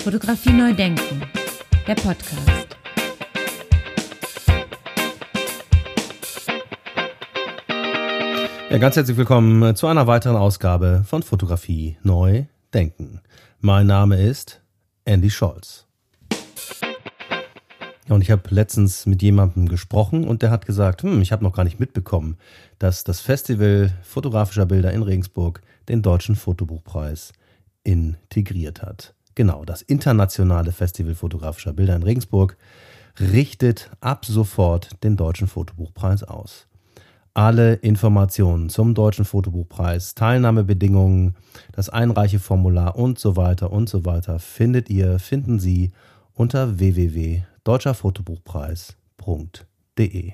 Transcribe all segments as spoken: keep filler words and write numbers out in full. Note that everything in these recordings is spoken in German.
Fotografie neu denken, der Podcast. Ja, ganz herzlich willkommen zu einer weiteren Ausgabe von Fotografie neu denken. Mein Name ist Andy Scholz. Und ich habe letztens mit jemandem gesprochen und der hat gesagt, hm, ich habe noch gar nicht mitbekommen, dass das Festival fotografischer Bilder in Regensburg den Deutschen Fotobuchpreis integriert hat. Genau, das internationale Festival fotografischer Bilder in Regensburg richtet ab sofort den Deutschen Fotobuchpreis aus. Alle Informationen zum Deutschen Fotobuchpreis, Teilnahmebedingungen, das Einreicheformular und so weiter und so weiter findet ihr, finden Sie unter w w w punkt deutscher fotobuchpreis punkt de.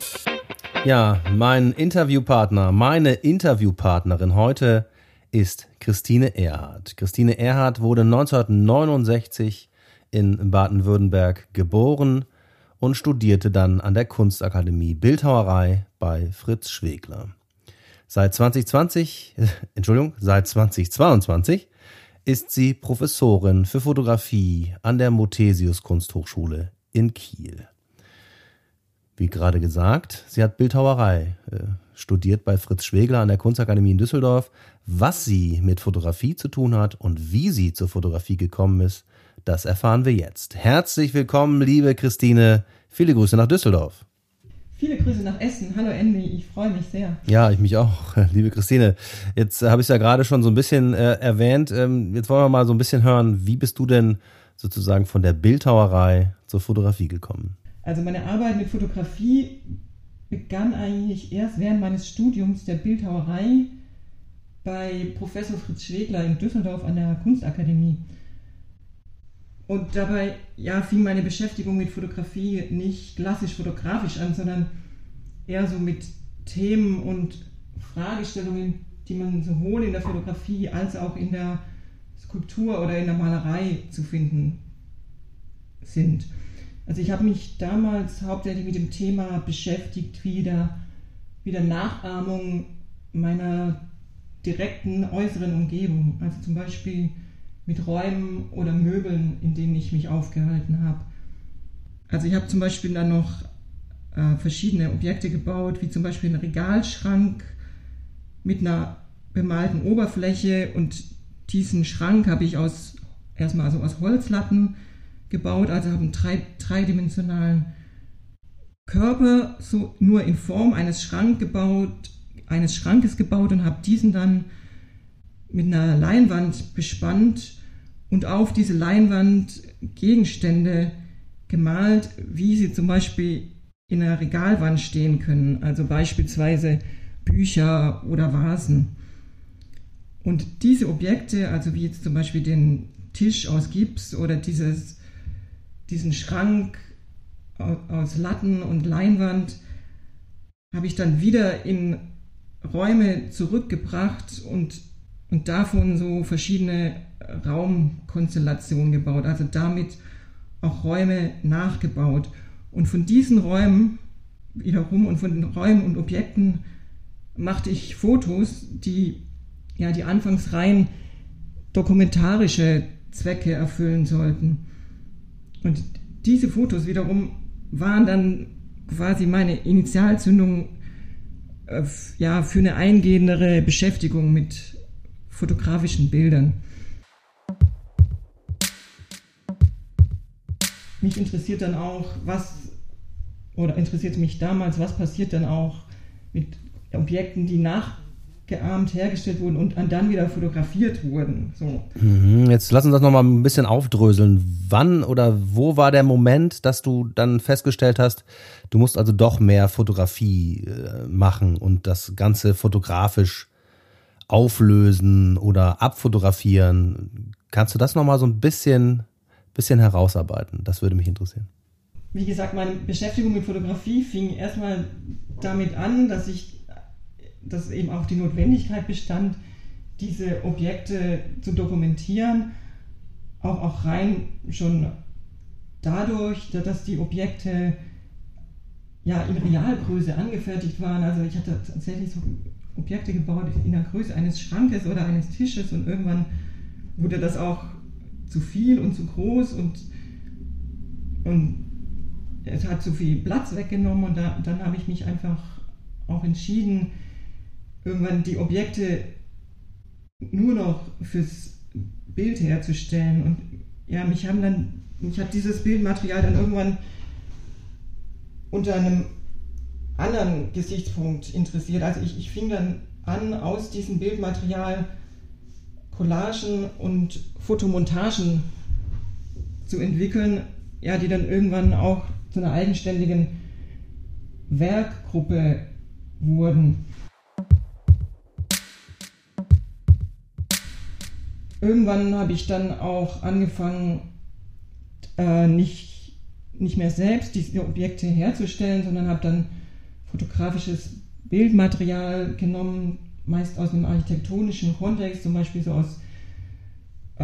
Ja, mein Interviewpartner, meine Interviewpartnerin heute ist Christine Erhardt. Christine Erhardt wurde neunzehnhundertneunundsechzig in Baden-Württemberg geboren und studierte dann an der Kunstakademie Bildhauerei bei Fritz Schwegler. Seit zwanzig zwanzig, äh, Entschuldigung, seit zweitausendzweiundzwanzig ist sie Professorin für Fotografie an der Muthesius Kunsthochschule in Kiel. Wie gerade gesagt, sie hat Bildhauerei äh, studiert bei Fritz Schwegler an der Kunstakademie in Düsseldorf. Was sie mit Fotografie zu tun hat und wie sie zur Fotografie gekommen ist, das erfahren wir jetzt. Herzlich willkommen, liebe Christine. Viele Grüße nach Düsseldorf. Viele Grüße nach Essen. Hallo Andy, ich freue mich sehr. Ja, ich mich auch, liebe Christine. Jetzt äh, habe ich es ja gerade schon so ein bisschen äh, erwähnt. Ähm, jetzt wollen wir mal so ein bisschen hören, wie bist du denn sozusagen von der Bildhauerei zur Fotografie gekommen? Also meine Arbeit mit Fotografie begann eigentlich erst während meines Studiums der Bildhauerei bei Professor Fritz Schwegler in Düsseldorf an der Kunstakademie. Und dabei ja, fing meine Beschäftigung mit Fotografie nicht klassisch fotografisch an, sondern eher so mit Themen und Fragestellungen, die man sowohl in der Fotografie als auch in der Skulptur oder in der Malerei zu finden sind. Also ich habe mich damals hauptsächlich mit dem Thema beschäftigt, wie der, wie der Nachahmung meiner direkten äußeren Umgebung, also zum Beispiel mit Räumen oder Möbeln, in denen ich mich aufgehalten habe. Also ich habe zum Beispiel dann noch äh, verschiedene Objekte gebaut, wie zum Beispiel einen Regalschrank mit einer bemalten Oberfläche, und diesen Schrank habe ich aus erstmal also aus Holzlatten gebaut, also habe einen drei, dreidimensionalen Körper so nur in Form eines Schrank gebaut, eines Schrankes gebaut und habe diesen dann mit einer Leinwand bespannt und auf diese Leinwand Gegenstände gemalt, wie sie zum Beispiel in einer Regalwand stehen können, also beispielsweise Bücher oder Vasen. Und diese Objekte, also wie jetzt zum Beispiel den Tisch aus Gips oder dieses, diesen Schrank aus Latten und Leinwand, habe ich dann wieder in Räume zurückgebracht und und davon so verschiedene Raumkonstellationen gebaut, also damit auch Räume nachgebaut. Und von diesen Räumen wiederum und von den Räumen und Objekten machte ich Fotos, die ja die anfangs rein dokumentarische Zwecke erfüllen sollten. Und diese Fotos wiederum waren dann quasi meine Initialzündung äh, ja, für eine eingehendere Beschäftigung mit fotografischen Bildern. Mich interessiert dann auch, was, oder interessiert mich damals, was passiert dann auch mit Objekten, die nachgeahmt hergestellt wurden und dann wieder fotografiert wurden. So. Jetzt lass uns das nochmal ein bisschen aufdröseln. Wann oder wo war der Moment, dass du dann festgestellt hast, du musst also doch mehr Fotografie machen und das Ganze fotografisch auflösen oder abfotografieren? Kannst du das nochmal so ein bisschen, bisschen herausarbeiten? Das würde mich interessieren. Wie gesagt, meine Beschäftigung mit Fotografie fing erstmal damit an, dass ich, dass eben auch die Notwendigkeit bestand, diese Objekte zu dokumentieren, auch, auch rein schon dadurch, dass die Objekte ja in Realgröße angefertigt waren. Also ich hatte tatsächlich so Objekte gebaut in der Größe eines Schrankes oder eines Tisches und irgendwann wurde das auch zu viel und zu groß und, und es hat zu viel Platz weggenommen und da, dann habe ich mich einfach auch entschieden, irgendwann die Objekte nur noch fürs Bild herzustellen. Und ja, mich haben dann, mich hat dieses Bildmaterial dann irgendwann unter einem anderen Gesichtspunkt interessiert. Also ich, ich fing dann an, aus diesem Bildmaterial Collagen und Fotomontagen zu entwickeln, ja, die dann irgendwann auch zu einer eigenständigen Werkgruppe wurden. Irgendwann habe ich dann auch angefangen, äh, nicht, nicht mehr selbst diese Objekte herzustellen, sondern habe dann fotografisches Bildmaterial genommen, meist aus einem architektonischen Kontext, zum Beispiel so aus äh,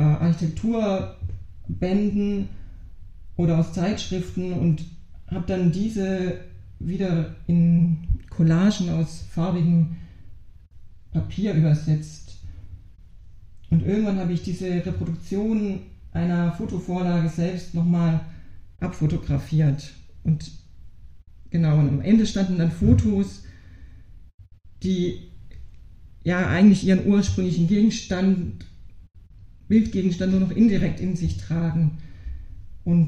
Architekturbänden oder aus Zeitschriften und habe dann diese wieder in Collagen aus farbigem Papier übersetzt. Und irgendwann habe ich diese Reproduktion einer Fotovorlage selbst nochmal abfotografiert. Und genau, und am Ende standen dann Fotos, die ja eigentlich ihren ursprünglichen Gegenstand, Bildgegenstand nur noch indirekt in sich tragen. Und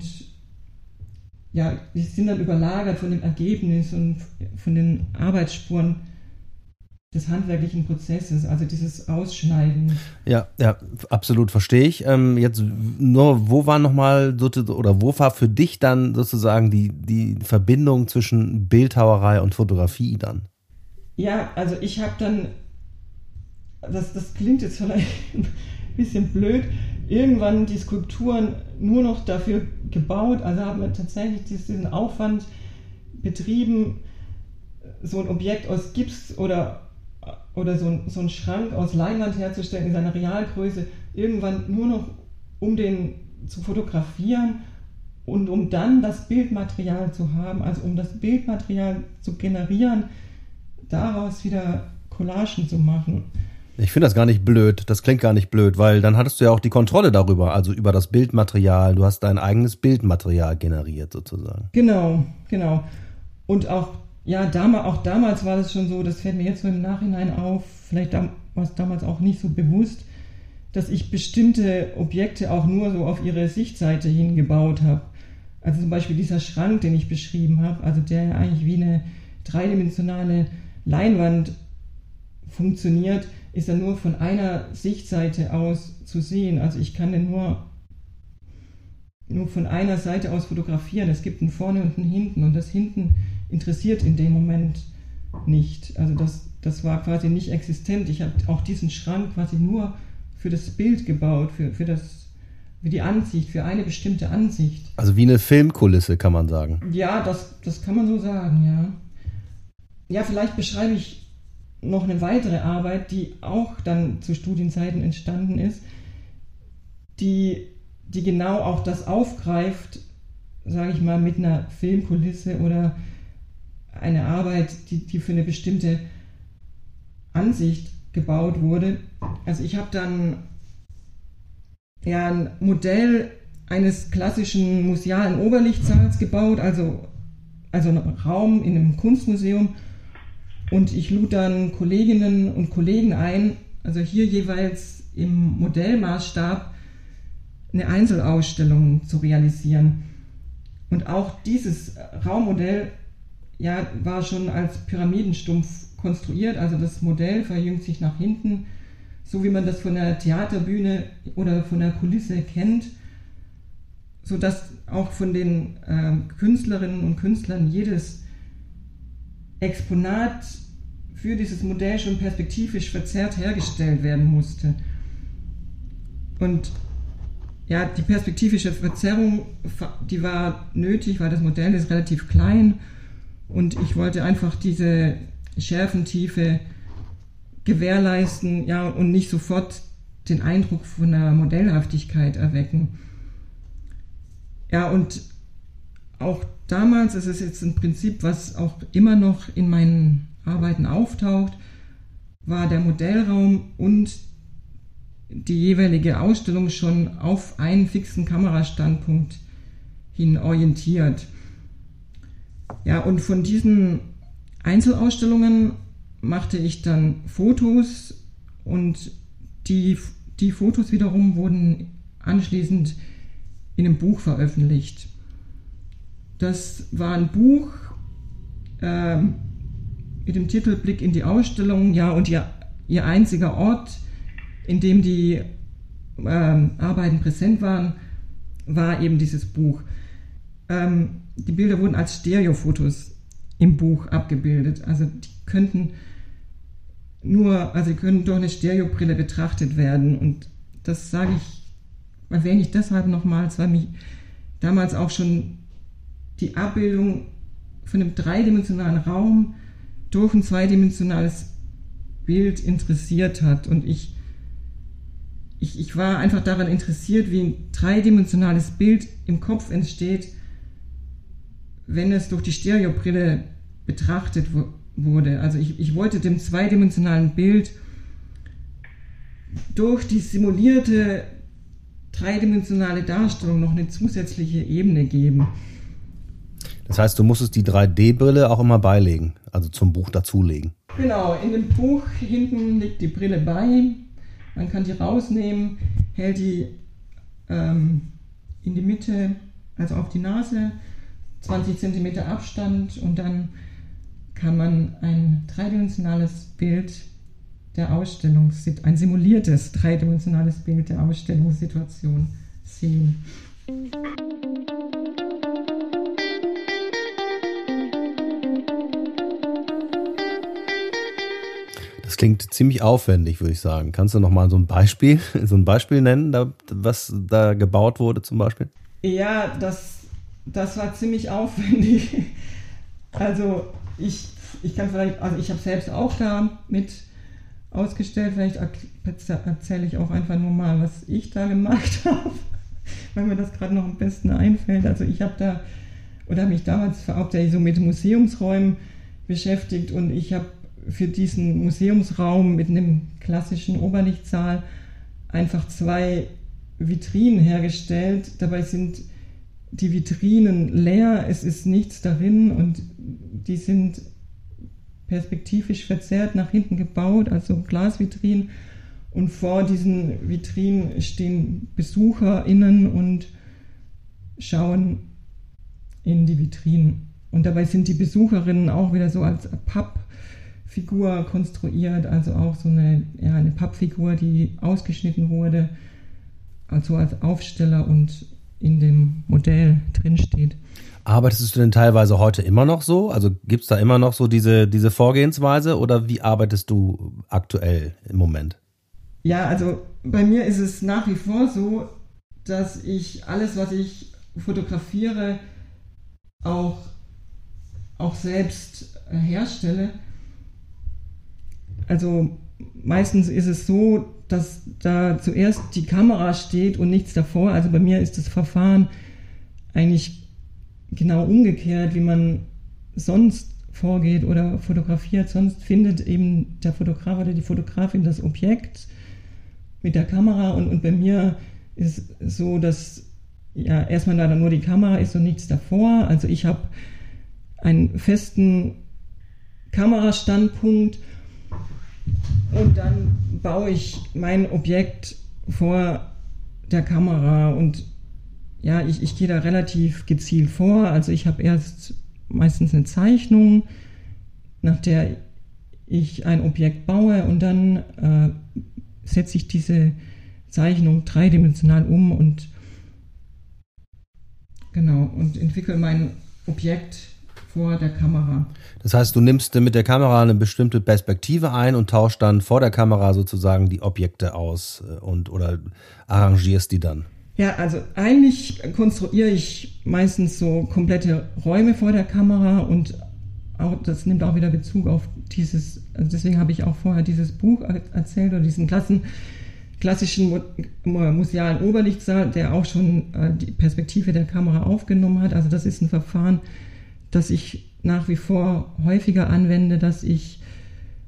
ja, die sind dann überlagert von dem Ergebnis und von den Arbeitsspuren des handwerklichen Prozesses, also dieses Ausschneiden. Ja, ja, absolut, verstehe ich. Ähm, jetzt nur, wo war nochmal, oder wo war für dich dann sozusagen die, die Verbindung zwischen Bildhauerei und Fotografie dann? Ja, also ich habe dann, das, das klingt jetzt vielleicht ein bisschen blöd, irgendwann die Skulpturen nur noch dafür gebaut, also haben wir tatsächlich diesen Aufwand betrieben, so ein Objekt aus Gips oder, oder so, ein, so ein Schrank aus Leinwand herzustellen in seiner Realgröße, irgendwann nur noch um den zu fotografieren und um dann das Bildmaterial zu haben, also um das Bildmaterial zu generieren, daraus wieder Collagen zu machen. Ich finde das gar nicht blöd, das klingt gar nicht blöd, weil dann hattest du ja auch die Kontrolle darüber, also über das Bildmaterial, du hast dein eigenes Bildmaterial generiert sozusagen. Genau, genau. Und auch, ja, damals, auch damals war das schon so, das fällt mir jetzt so im Nachhinein auf, vielleicht war es damals auch nicht so bewusst, dass ich bestimmte Objekte auch nur so auf ihre Sichtseite hingebaut habe. Also zum Beispiel dieser Schrank, den ich beschrieben habe, also der ja eigentlich wie eine dreidimensionale Leinwand funktioniert, ist er nur von einer Sichtseite aus zu sehen. Also ich kann den nur, nur von einer Seite aus fotografieren. Es gibt ein Vorne und ein Hinten und das Hinten interessiert in dem Moment nicht. Also das, das war quasi nicht existent. Ich habe auch diesen Schrank quasi nur für das Bild gebaut, für, für, das, für die Ansicht, für eine bestimmte Ansicht. Also wie eine Filmkulisse, kann man sagen. Ja, das, das kann man so sagen, ja. Ja, vielleicht beschreibe ich noch eine weitere Arbeit, die auch dann zu Studienzeiten entstanden ist, die, die genau auch das aufgreift, sage ich mal, mit einer Filmkulisse oder eine Arbeit, die, die für eine bestimmte Ansicht gebaut wurde. Also ich habe dann ja ein Modell eines klassischen musealen Oberlichtsaals gebaut, also, also einen Raum in einem Kunstmuseum. Und ich lud dann Kolleginnen und Kollegen ein, also hier jeweils im Modellmaßstab eine Einzelausstellung zu realisieren. Und auch dieses Raummodell ja, war schon als Pyramidenstumpf konstruiert, also das Modell verjüngt sich nach hinten, so wie man das von der Theaterbühne oder von der Kulisse kennt, sodass auch von den äh, Künstlerinnen und Künstlern jedes Exponat für dieses Modell schon perspektivisch verzerrt hergestellt werden musste. Und ja, die perspektivische Verzerrung, die war nötig, weil das Modell ist relativ klein und ich wollte einfach diese Schärfentiefe gewährleisten, ja, und nicht sofort den Eindruck von einer Modellhaftigkeit erwecken. Ja, und auch damals, das ist jetzt ein Prinzip, was auch immer noch in meinen Arbeiten auftaucht, war der Modellraum und die jeweilige Ausstellung schon auf einen fixen Kamerastandpunkt hin orientiert. Ja, und von diesen Einzelausstellungen machte ich dann Fotos und die, die Fotos wiederum wurden anschließend in einem Buch veröffentlicht. Das war ein Buch äh, mit dem Titel Blick in die Ausstellung, ja, und ihr, ihr einziger Ort, in dem die äh, Arbeiten präsent waren, war eben dieses Buch. Ähm, die Bilder wurden als Stereofotos im Buch abgebildet. Also die könnten nur, also die können durch eine Stereobrille betrachtet werden. Und das sage ich, erwähne ich deshalb nochmals, weil mich damals auch schon die Abbildung von einem dreidimensionalen Raum durch ein zweidimensionales Bild interessiert hat. Und ich, ich, ich war einfach daran interessiert, wie ein dreidimensionales Bild im Kopf entsteht, wenn es durch die Stereobrille betrachtet w- wurde. Also ich, ich wollte dem zweidimensionalen Bild durch die simulierte dreidimensionale Darstellung noch eine zusätzliche Ebene geben. Das heißt, du musstest die drei D-Brille auch immer beilegen, also zum Buch dazulegen. Genau, in dem Buch hinten liegt die Brille bei. Man kann die rausnehmen, hält die ähm, in die Mitte, also auf die Nase, zwanzig Zentimeter Abstand, und dann kann man ein dreidimensionales Bild der Ausstellung, ein simuliertes dreidimensionales Bild der Ausstellungssituation sehen. Das klingt ziemlich aufwendig, würde ich sagen. Kannst du noch mal so ein Beispiel, so ein Beispiel nennen, da, was da gebaut wurde zum Beispiel? Ja, das, das war ziemlich aufwendig. Also ich, ich kann vielleicht, also ich habe selbst auch da mit ausgestellt. Vielleicht erzähle ich auch einfach nur mal, was ich da gemacht habe, weil mir das gerade noch am besten einfällt. Also ich habe da, oder habe mich damals hauptsächlich so mit Museumsräumen beschäftigt, und ich habe für diesen Museumsraum mit einem klassischen Oberlichtsaal einfach zwei Vitrinen hergestellt. Dabei sind die Vitrinen leer, es ist nichts darin, und die sind perspektivisch verzerrt nach hinten gebaut, also Glasvitrinen. Und vor diesen Vitrinen stehen BesucherInnen und schauen in die Vitrinen. Und dabei sind die Besucherinnen auch wieder so als Pappfigur konstruiert, also auch so eine, ja, eine Pappfigur, die ausgeschnitten wurde, also als Aufsteller und in dem Modell drinsteht. Arbeitest du denn teilweise heute immer noch so? Also gibt es da immer noch so diese, diese Vorgehensweise, oder wie arbeitest du aktuell im Moment? Ja, also bei mir ist es nach wie vor so, dass ich alles, was ich fotografiere, auch, auch selbst herstelle. Also meistens ist es so, dass da zuerst die Kamera steht und nichts davor. Also bei mir ist das Verfahren eigentlich genau umgekehrt, wie man sonst vorgeht oder fotografiert. Sonst findet eben der Fotograf oder die Fotografin das Objekt mit der Kamera, und, und bei mir ist es so, dass ja erstmal da nur die Kamera ist und nichts davor. Also ich habe einen festen Kamerastandpunkt, und dann baue ich mein Objekt vor der Kamera, und ja, ich, ich gehe da relativ gezielt vor. Also ich habe erst meistens eine Zeichnung, nach der ich ein Objekt baue, und dann äh, setze ich diese Zeichnung dreidimensional um und genau und entwickle mein Objekt vor der Kamera. Das heißt, du nimmst mit der Kamera eine bestimmte Perspektive ein und tauschst dann vor der Kamera sozusagen die Objekte aus und oder arrangierst die dann? Ja, also eigentlich konstruiere ich meistens so komplette Räume vor der Kamera, und auch, das nimmt auch wieder Bezug auf dieses, also deswegen habe ich auch vorher dieses Buch erzählt, oder diesen Klassen, klassischen musealen Oberlichtsaal, der auch schon äh, die Perspektive der Kamera aufgenommen hat. Also das ist ein Verfahren, das ich nach wie vor häufiger anwende, dass ich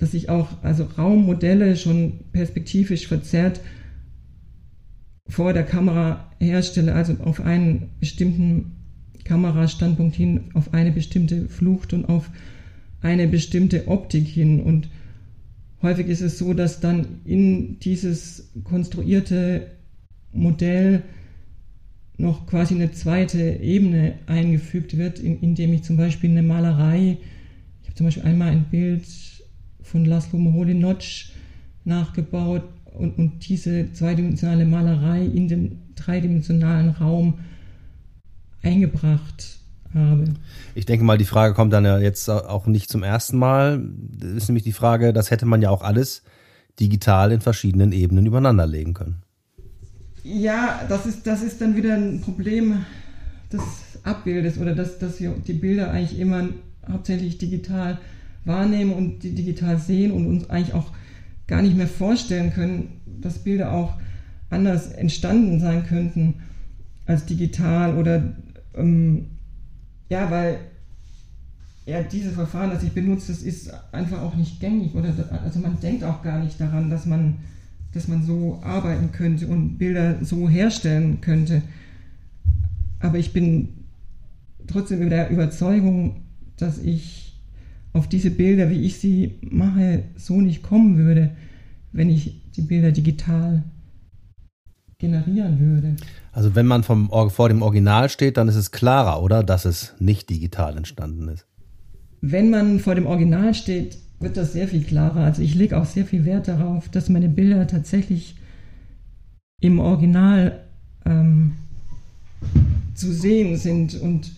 dass ich auch also Raummodelle schon perspektivisch verzerrt vor der Kamera herstelle, also auf einen bestimmten Kamerastandpunkt hin, auf eine bestimmte Flucht und auf eine bestimmte Optik hin. Und häufig ist es so, dass dann in dieses konstruierte Modell noch quasi eine zweite Ebene eingefügt wird, in, indem ich zum Beispiel eine Malerei, ich habe zum Beispiel einmal ein Bild von Laszlo Moholy-Nagy nachgebaut und, und diese zweidimensionale Malerei in den dreidimensionalen Raum eingebracht habe. Ich denke mal, die Frage kommt dann ja jetzt auch nicht zum ersten Mal. Das ist nämlich die Frage, das hätte man ja auch alles digital in verschiedenen Ebenen übereinander legen können. Ja, das ist, das ist dann wieder ein Problem des Abbildes oder dass, dass wir die Bilder eigentlich immer hauptsächlich digital wahrnehmen und die digital sehen und uns eigentlich auch gar nicht mehr vorstellen können, dass Bilder auch anders entstanden sein könnten als digital oder ähm, ja, weil ja dieses Verfahren, das ich benutze, das ist einfach auch nicht gängig oder also man denkt auch gar nicht daran, dass man dass man so arbeiten könnte und Bilder so herstellen könnte. Aber ich bin trotzdem der Überzeugung, dass ich auf diese Bilder, wie ich sie mache, so nicht kommen würde, wenn ich die Bilder digital generieren würde. Also wenn man vom, vor dem Original steht, dann ist es klarer, oder? Dass es nicht digital entstanden ist. Wenn man vor dem Original steht, wird das sehr viel klarer. Also ich lege auch sehr viel Wert darauf, dass meine Bilder tatsächlich im Original ähm, zu sehen sind. Und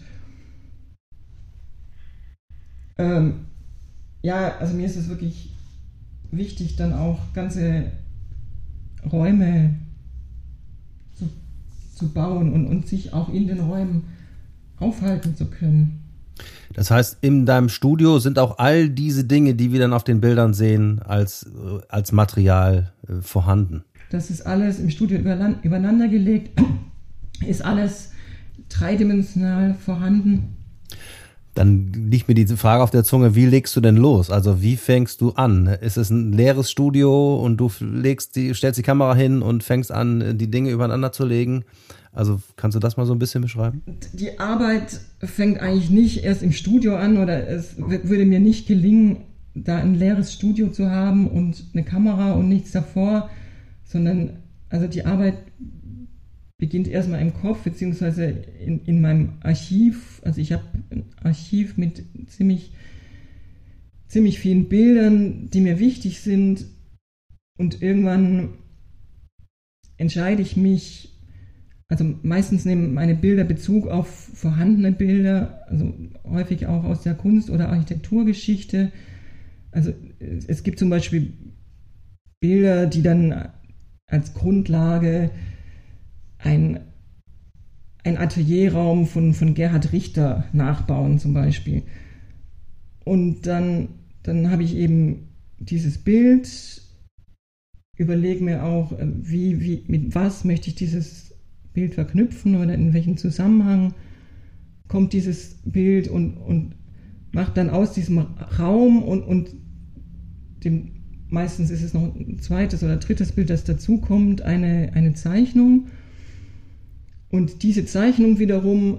ähm, ja, also mir ist es wirklich wichtig, dann auch ganze Räume zu, zu bauen und, und sich auch in den Räumen aufhalten zu können. Das heißt, in deinem Studio sind auch all diese Dinge, die wir dann auf den Bildern sehen, als, als Material äh, vorhanden. Das ist alles im Studio übereinander gelegt, ist alles dreidimensional vorhanden. Dann liegt mir diese Frage auf der Zunge, wie legst du denn los? Also wie fängst du an? Ist es ein leeres Studio und du legst die, stellst die Kamera hin und fängst an, die Dinge übereinander zu legen? Also kannst du das mal so ein bisschen beschreiben? Die Arbeit fängt eigentlich nicht erst im Studio an oder es würde mir nicht gelingen, da ein leeres Studio zu haben und eine Kamera und nichts davor, sondern also die Arbeit beginnt erstmal im Kopf beziehungsweise in, in meinem Archiv. Also ich habe ein Archiv mit ziemlich, ziemlich vielen Bildern, die mir wichtig sind und irgendwann entscheide ich mich. Also meistens nehmen meine Bilder Bezug auf vorhandene Bilder, also häufig auch aus der Kunst- oder Architekturgeschichte. Also es gibt zum Beispiel Bilder, die dann als Grundlage ein, ein Atelierraum von, von Gerhard Richter nachbauen zum Beispiel. Und dann, dann habe ich eben dieses Bild, überlege mir auch, wie, wie, mit was möchte ich dieses Bild verknüpfen oder in welchem Zusammenhang kommt dieses Bild und, und macht dann aus diesem Raum und, und dem, meistens ist es noch ein zweites oder drittes Bild, das dazukommt, eine, eine Zeichnung. Und diese Zeichnung wiederum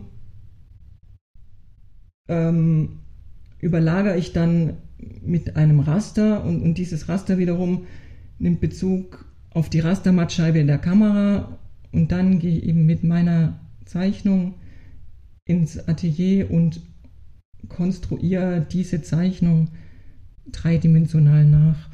ähm, überlagere ich dann mit einem Raster und, und dieses Raster wiederum nimmt Bezug auf die Rastermattscheibe in der Kamera. Und dann gehe ich eben mit meiner Zeichnung ins Atelier und konstruiere diese Zeichnung dreidimensional nach.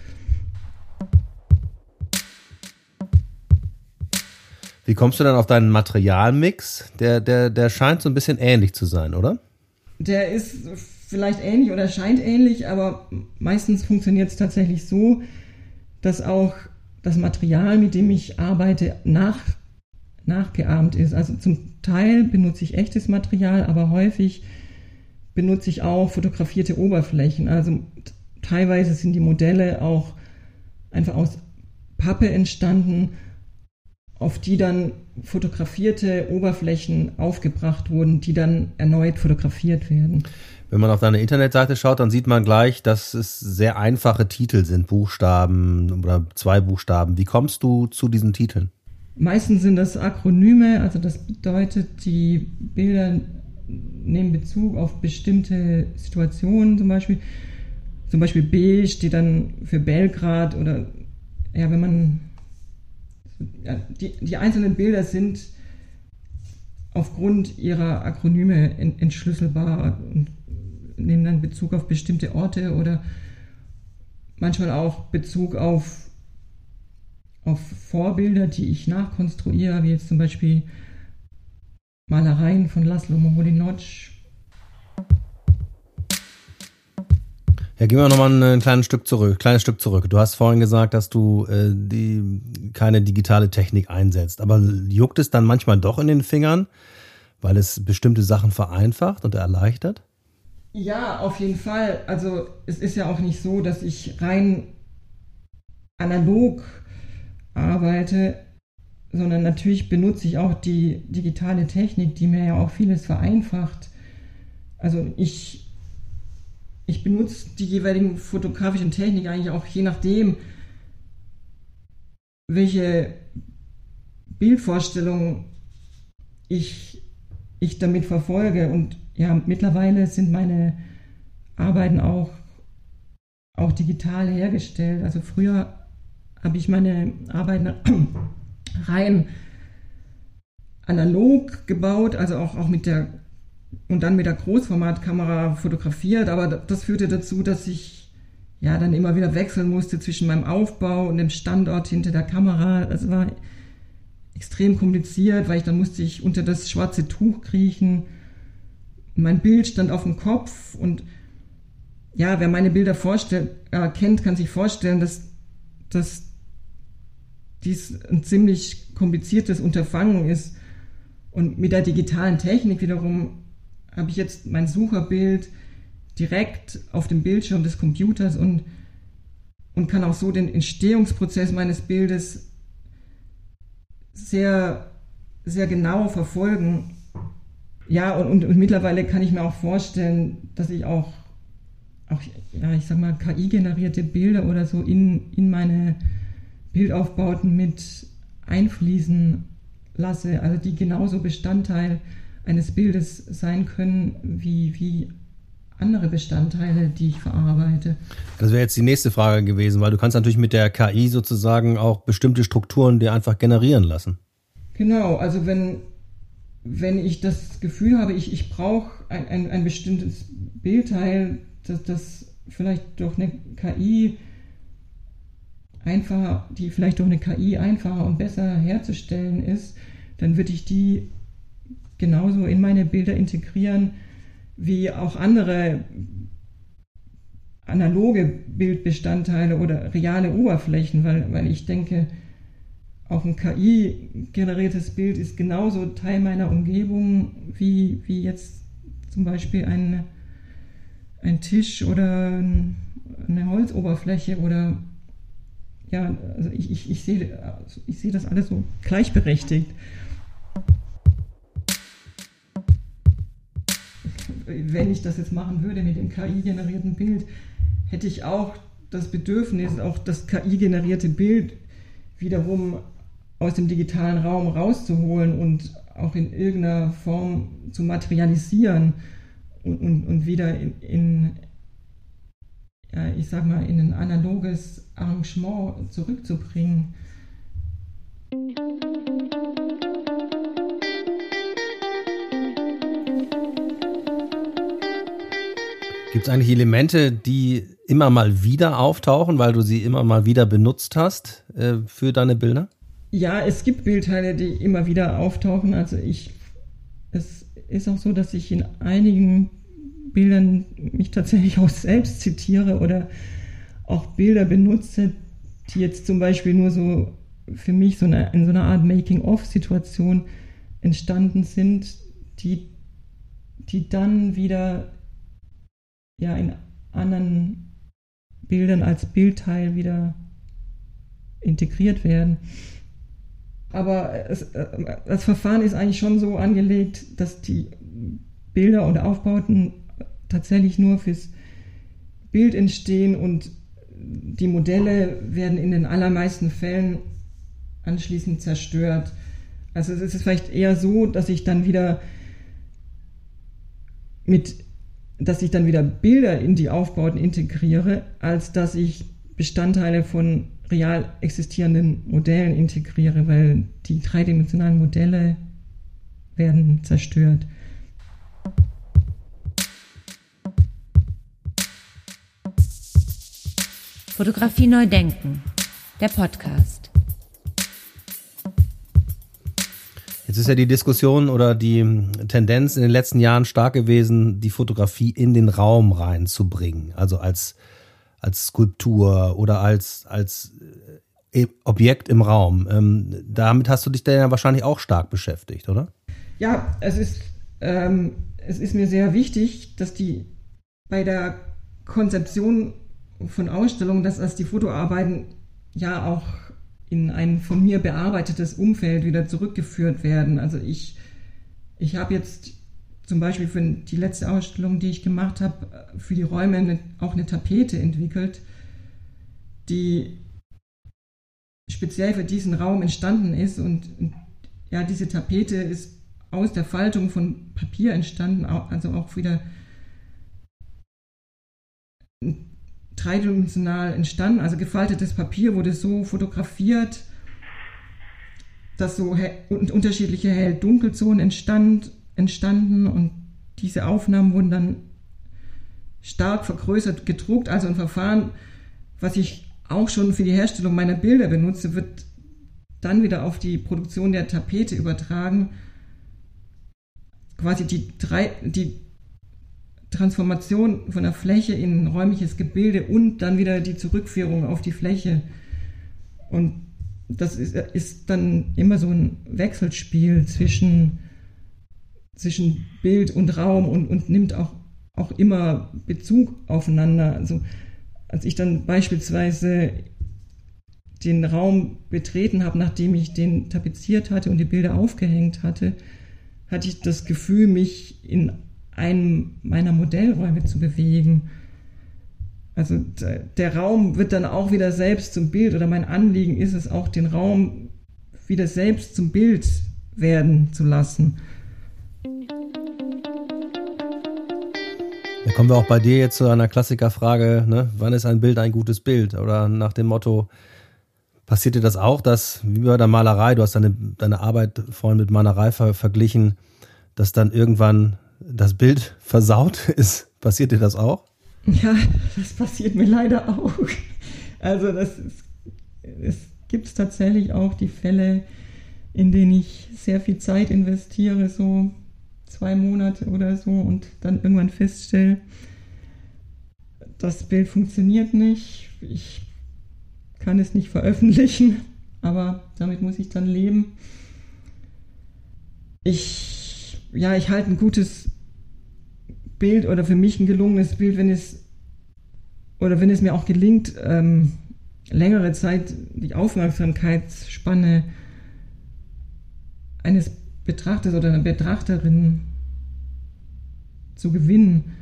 Wie kommst du dann auf deinen Materialmix? Der, der, der scheint so ein bisschen ähnlich zu sein, oder? Der ist vielleicht ähnlich oder scheint ähnlich, aber meistens funktioniert es tatsächlich so, dass auch das Material, mit dem ich arbeite, nach nachgeahmt ist. Also zum Teil benutze ich echtes Material, aber häufig benutze ich auch fotografierte Oberflächen. Also teilweise sind die Modelle auch einfach aus Pappe entstanden. auf die dann fotografierte Oberflächen aufgebracht wurden, die dann erneut fotografiert werden. Wenn man auf deine Internetseite schaut, dann sieht man gleich, dass es sehr einfache Titel sind, Buchstaben oder zwei Buchstaben. Wie kommst du zu diesen Titeln? Meistens sind das Akronyme, also das bedeutet, die Bilder nehmen Bezug auf bestimmte Situationen, zum Beispiel. Zum Beispiel B steht dann für Belgrad oder, ja, wenn man, ja, die, die einzelnen Bilder sind aufgrund ihrer Akronyme entschlüsselbar und nehmen dann Bezug auf bestimmte Orte oder manchmal auch Bezug auf, auf Vorbilder, die ich nachkonstruiere, wie jetzt zum Beispiel Malereien von Laszlo Moholy-Nagy. Ja, gehen wir nochmal ein kleines Stück zurück, kleines Stück zurück. Du hast vorhin gesagt, dass du äh, die, keine digitale Technik einsetzt. Aber juckt es dann manchmal doch in den Fingern, weil es bestimmte Sachen vereinfacht und erleichtert? Ja, auf jeden Fall. Also es ist ja auch nicht so, dass ich rein analog arbeite, sondern natürlich benutze ich auch die digitale Technik, die mir ja auch vieles vereinfacht. Also ich, ich benutze die jeweiligen fotografischen Techniken eigentlich auch je nachdem, welche Bildvorstellung ich, ich damit verfolge. Und ja, mittlerweile sind meine Arbeiten auch, auch digital hergestellt. Also früher habe ich meine Arbeiten rein analog gebaut, also auch, auch mit der und dann mit der Großformatkamera fotografiert, aber das führte dazu, dass ich ja dann immer wieder wechseln musste zwischen meinem Aufbau und dem Standort hinter der Kamera. Das war extrem kompliziert, weil ich dann musste ich unter das schwarze Tuch kriechen. Mein Bild stand auf dem Kopf und ja, wer meine Bilder vorstellt, äh, kennt, kann sich vorstellen, dass, dass dies ein ziemlich kompliziertes Unterfangen ist. Und mit der digitalen Technik wiederum habe ich jetzt mein Sucherbild direkt auf dem Bildschirm des Computers und, und kann auch so den Entstehungsprozess meines Bildes sehr, sehr genau verfolgen. Ja, und, und, und mittlerweile kann ich mir auch vorstellen, dass ich auch, auch ja, ich sag mal, K I-generierte Bilder oder so in, in meine Bildaufbauten mit einfließen lasse, also die genauso Bestandteil eines Bildes sein können wie, wie andere Bestandteile, die ich verarbeite. Das wäre jetzt die nächste Frage gewesen, weil du kannst natürlich mit der K I sozusagen auch bestimmte Strukturen dir einfach generieren lassen. Genau, also wenn, wenn ich das Gefühl habe, ich, ich brauche ein, ein, ein bestimmtes Bildteil, das, das vielleicht durch eine K I einfacher, die vielleicht durch eine K I einfacher und besser herzustellen ist, dann würde ich die genauso in meine Bilder integrieren, wie auch andere analoge Bildbestandteile oder reale Oberflächen, weil, weil ich denke, auch ein K I-generiertes Bild ist genauso Teil meiner Umgebung, wie, wie jetzt zum Beispiel ein, ein Tisch oder eine Holzoberfläche oder ja, also ich, ich, ich sehe ich sehe das alles so gleichberechtigt. Wenn ich das jetzt machen würde mit dem K I-generierten Bild, hätte ich auch das Bedürfnis, auch das K I-generierte Bild wiederum aus dem digitalen Raum rauszuholen und auch in irgendeiner Form zu materialisieren und, und, und wieder in, in ja, ich sag mal, in ein analoges Arrangement zurückzubringen. Gibt es eigentlich Elemente, die immer mal wieder auftauchen, weil du sie immer mal wieder benutzt hast äh, für deine Bilder? Ja, es gibt Bildteile, die immer wieder auftauchen. Also ich, es ist auch so, dass ich in einigen Bildern mich tatsächlich auch selbst zitiere oder auch Bilder benutze, die jetzt zum Beispiel nur so für mich so eine, in so einer Art Making-of-Situation entstanden sind, die, die dann wieder ja in anderen Bildern als Bildteil wieder integriert werden. Aber es, äh, das Verfahren ist eigentlich schon so angelegt, dass die Bilder oder Aufbauten tatsächlich nur fürs Bild entstehen und die Modelle werden in den allermeisten Fällen anschließend zerstört. Also es ist vielleicht eher so, dass ich dann wieder mit, dass ich dann wieder Bilder in die Aufbauten integriere, als dass ich Bestandteile von real existierenden Modellen integriere, weil die dreidimensionalen Modelle werden zerstört. Fotografie neu denken, der Podcast. Jetzt ist ja die Diskussion oder die Tendenz in den letzten Jahren stark gewesen, die Fotografie in den Raum reinzubringen. Also als, als Skulptur oder als, als Objekt im Raum. Ähm, damit hast du dich dann ja wahrscheinlich auch stark beschäftigt, oder? Ja, es ist, ähm, es ist mir sehr wichtig, dass die bei der Konzeption von Ausstellungen, dass als die Fotoarbeiten ja auch in ein von mir bearbeitetes Umfeld wieder zurückgeführt werden. Also ich, ich habe jetzt zum Beispiel für die letzte Ausstellung, die ich gemacht habe, für die Räume eine, auch eine Tapete entwickelt, die speziell für diesen Raum entstanden ist. Und ja, diese Tapete ist aus der Faltung von Papier entstanden, also auch wieder dreidimensional entstanden, also gefaltetes Papier wurde so fotografiert, dass so hell, unterschiedliche Hell-Dunkelzonen entstand, entstanden und diese Aufnahmen wurden dann stark vergrößert gedruckt, also ein Verfahren, was ich auch schon für die Herstellung meiner Bilder benutze, wird dann wieder auf die Produktion der Tapete übertragen, quasi die drei, die Transformation von der Fläche in ein räumliches Gebilde und dann wieder die Zurückführung auf die Fläche. Und das ist, ist dann immer so ein Wechselspiel zwischen, zwischen Bild und Raum und, und nimmt auch, auch immer Bezug aufeinander. Also als ich dann beispielsweise den Raum betreten habe, nachdem ich den tapeziert hatte und die Bilder aufgehängt hatte, hatte ich das Gefühl, mich in einen meiner Modellräume zu bewegen. Also der Raum wird dann auch wieder selbst zum Bild, oder mein Anliegen ist es auch, den Raum wieder selbst zum Bild werden zu lassen. Da kommen wir auch bei dir jetzt zu einer Klassikerfrage, ne? Wann ist ein Bild ein gutes Bild? Oder nach dem Motto, passiert dir das auch, dass, wie bei der Malerei, du hast deine, deine Arbeit vorhin mit Malerei ver- verglichen, dass dann irgendwann das Bild versaut ist? Passiert dir das auch? Ja, das passiert mir leider auch. Also das ist, es gibt tatsächlich auch die Fälle, in denen ich sehr viel Zeit investiere, so zwei Monate oder so, und dann irgendwann feststelle, das Bild funktioniert nicht, ich kann es nicht veröffentlichen, aber damit muss ich dann leben. Ich, ja, ich halte ein gutes Bild oder für mich ein gelungenes Bild, wenn es oder wenn es mir auch gelingt, ähm, längere Zeit die Aufmerksamkeitsspanne eines Betrachters oder einer Betrachterin zu gewinnen.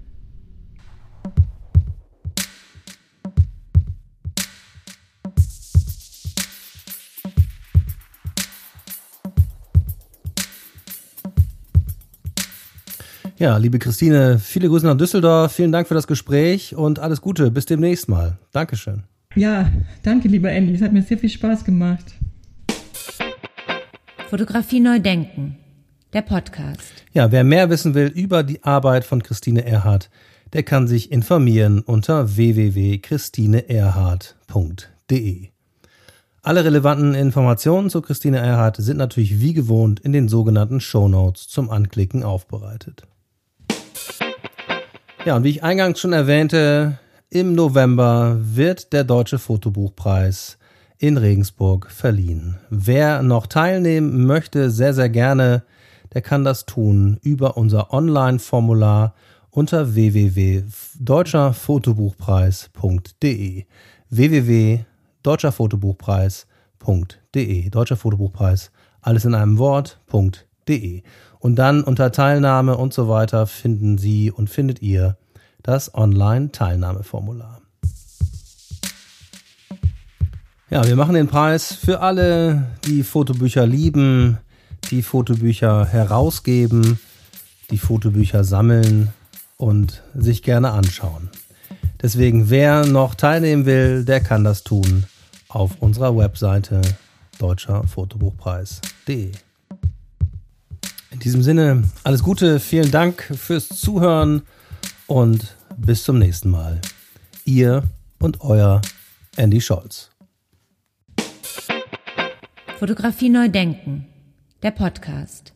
Ja, liebe Christine, viele Grüße nach Düsseldorf. Vielen Dank für das Gespräch und alles Gute. Bis demnächst mal. Dankeschön. Ja, danke, lieber Andy. Es hat mir sehr viel Spaß gemacht. Fotografie neu denken, der Podcast. Ja, wer mehr wissen will über die Arbeit von Christine Erhardt, der kann sich informieren unter w w w punkt christine erhardt punkt d e. Alle relevanten Informationen zu Christine Erhardt sind natürlich wie gewohnt in den sogenannten Shownotes zum Anklicken aufbereitet. Ja, und wie ich eingangs schon erwähnte, im November wird der Deutsche Fotobuchpreis in Regensburg verliehen. Wer noch teilnehmen möchte, sehr, sehr gerne, der kann das tun über unser Online-Formular unter w w w punkt deutscher fotobuchpreis punkt d e. w w w punkt deutscher fotobuchpreis punkt de. Deutscher Fotobuchpreis, alles in einem Wort.de. Und dann unter Teilnahme und so weiter finden Sie und findet ihr das Online-Teilnahmeformular. Ja, wir machen den Preis für alle, die Fotobücher lieben, die Fotobücher herausgeben, die Fotobücher sammeln und sich gerne anschauen. Deswegen, wer noch teilnehmen will, der kann das tun auf unserer Webseite deutscher fotobuchpreis punkt de. In diesem Sinne, alles Gute, vielen Dank fürs Zuhören und bis zum nächsten Mal. Ihr und euer Andy Scholz. Fotografie neu denken, der Podcast.